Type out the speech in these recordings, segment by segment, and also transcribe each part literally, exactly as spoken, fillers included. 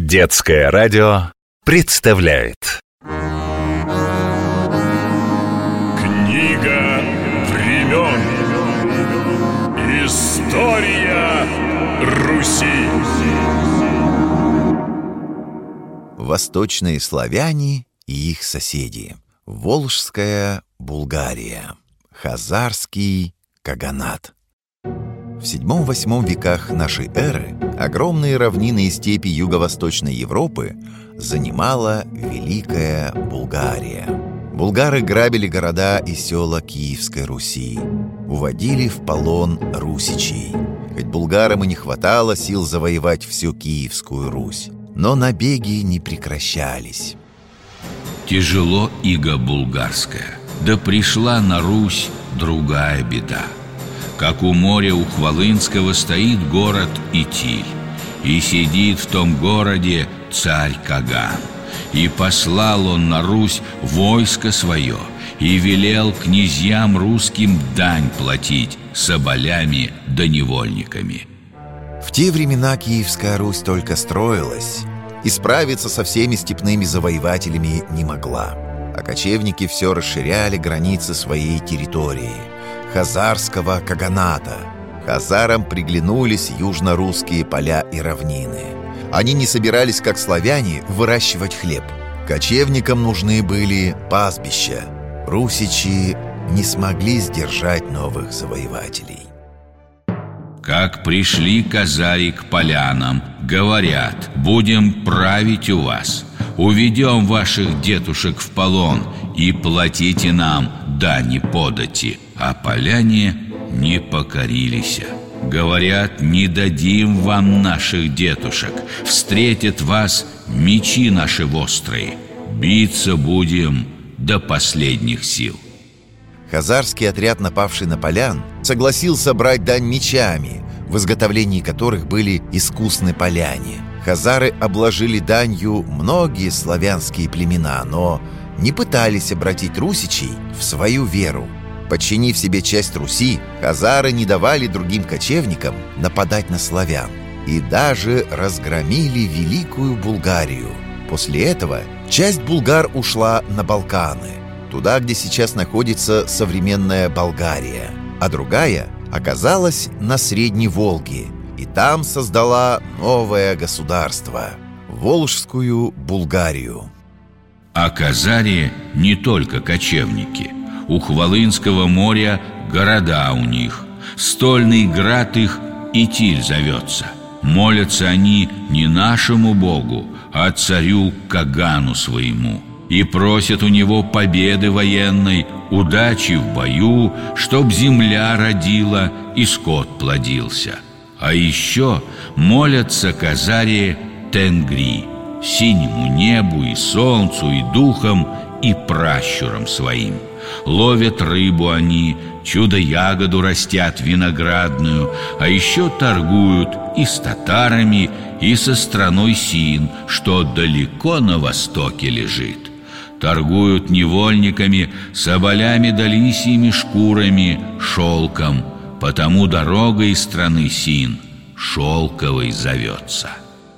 Детское радио представляет Книга времен. История Руси. Восточные славяне и их соседи. Волжская Булгария. Хазарский каганат. В седьмом-восьмом веках нашей эры огромные равнины и степи юго-восточной Европы занимала Великая Булгария. Булгары грабили города и села Киевской Руси, уводили в полон русичей. Хоть булгарам и не хватало сил завоевать всю Киевскую Русь, но набеги не прекращались. Тяжело иго булгарская, да пришла на Русь другая беда. Как у моря у Хвалынского стоит город Итиль, и сидит в том городе царь Каган. И послал он на Русь войско свое, и велел князьям русским дань платить соболями да невольниками. В те времена Киевская Русь только строилась, и справиться со всеми степными завоевателями не могла. А кочевники все расширяли границы своей территории – Хазарского каганата. Хазарам приглянулись южно-русские поля и равнины. Они не собирались, как славяне, выращивать хлеб. Кочевникам нужны были пастбища. Русичи не смогли сдержать новых завоевателей. Как пришли казари к полянам, говорят: будем править у вас, уведем ваших детушек в полон и платите нам дани подати. А поляне не покорились. Говорят: не дадим вам наших детушек, встретят вас мечи наши вострые, биться будем до последних сил. Хазарский отряд, напавший на полян, согласился брать дань мечами, в изготовлении которых были искусны поляне. Хазары обложили данью многие славянские племена, но не пытались обратить русичей в свою веру. Подчинив себе часть Руси, хазары не давали другим кочевникам нападать на славян и даже разгромили Великую Булгарию. После этого часть булгар ушла на Балканы, туда, где сейчас находится современная Болгария, а другая оказалась на Средней Волге и там создала новое государство – Волжскую Булгарию. А казари не только кочевники. У Хвалынского моря города у них. Стольный град их Итиль зовется. Молятся они не нашему богу, а царю Кагану своему. И просят у него победы военной, удачи в бою, чтоб земля родила и скот плодился. А еще молятся казари Тенгри, синему небу и солнцу и духам и пращурам своим. Ловят рыбу они, чудо-ягоду растят виноградную, а еще торгуют и с татарами, и со страной Син, что далеко на востоке лежит. Торгуют невольниками, соболями да лисьими шкурами, шелком, потому дорога из страны Син шелковой зовется.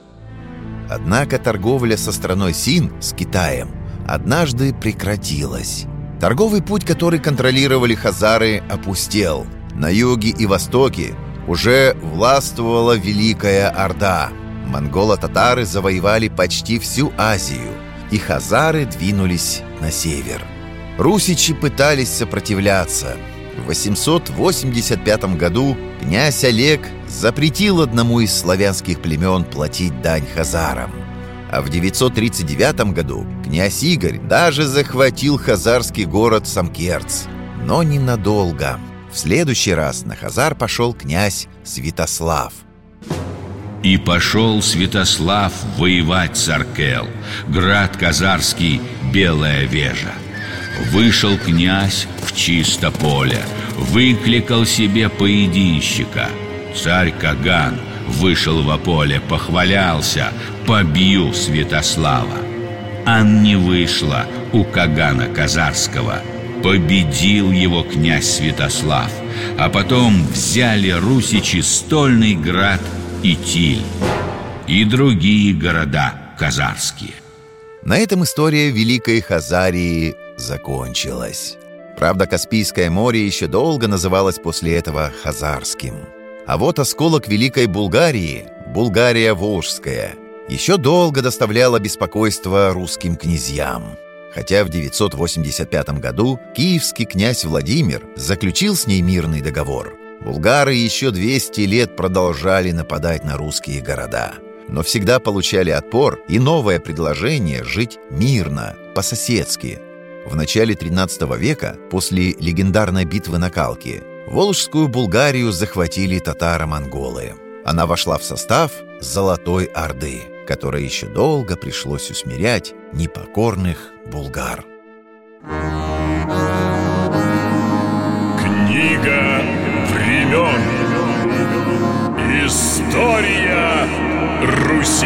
Однако торговля со страной Син, с Китаем, однажды прекратилась. Торговый путь, который контролировали хазары, опустел. На юге и востоке уже властвовала Великая Орда. Монголо-татары завоевали почти всю Азию, и хазары двинулись на север. Русичи пытались сопротивляться. В восемьсот восемьдесят пятом году князь Олег запретил одному из славянских племен платить дань хазарам. А в девятьсот тридцать девятом году князь Игорь даже захватил хазарский город Самкерц. Но ненадолго. В следующий раз на хазар пошел князь Святослав. И пошел Святослав воевать с Аркел, град казарский, Белая Вежа. Вышел князь в чисто поле, выкликал себе поединщика. Царь Каган вышел во поле, похвалялся: побью Святослава. А не вышло у Кагана казарского. Победил его князь Святослав, а потом взяли русичи стольный град Итиль и другие города. казарские. На этом история Великой Хазарии закончилась. Правда, Каспийское море еще долго называлось после этого Хазарским. А вот осколок Великой Булгарии, Булгария Волжская, еще долго доставляла беспокойство русским князьям. Хотя в девятьсот восемьдесят пятом году киевский князь Владимир заключил с ней мирный договор, булгары еще двести лет продолжали нападать на русские города, но всегда получали отпор и новое предложение жить мирно, по-соседски. В начале тринадцатого века, после легендарной битвы на Калке, Волжскую Булгарию захватили татаро-монголы. Она вошла в состав Золотой Орды, которой еще долго пришлось усмирять непокорных булгар. Книга времен. История Руси.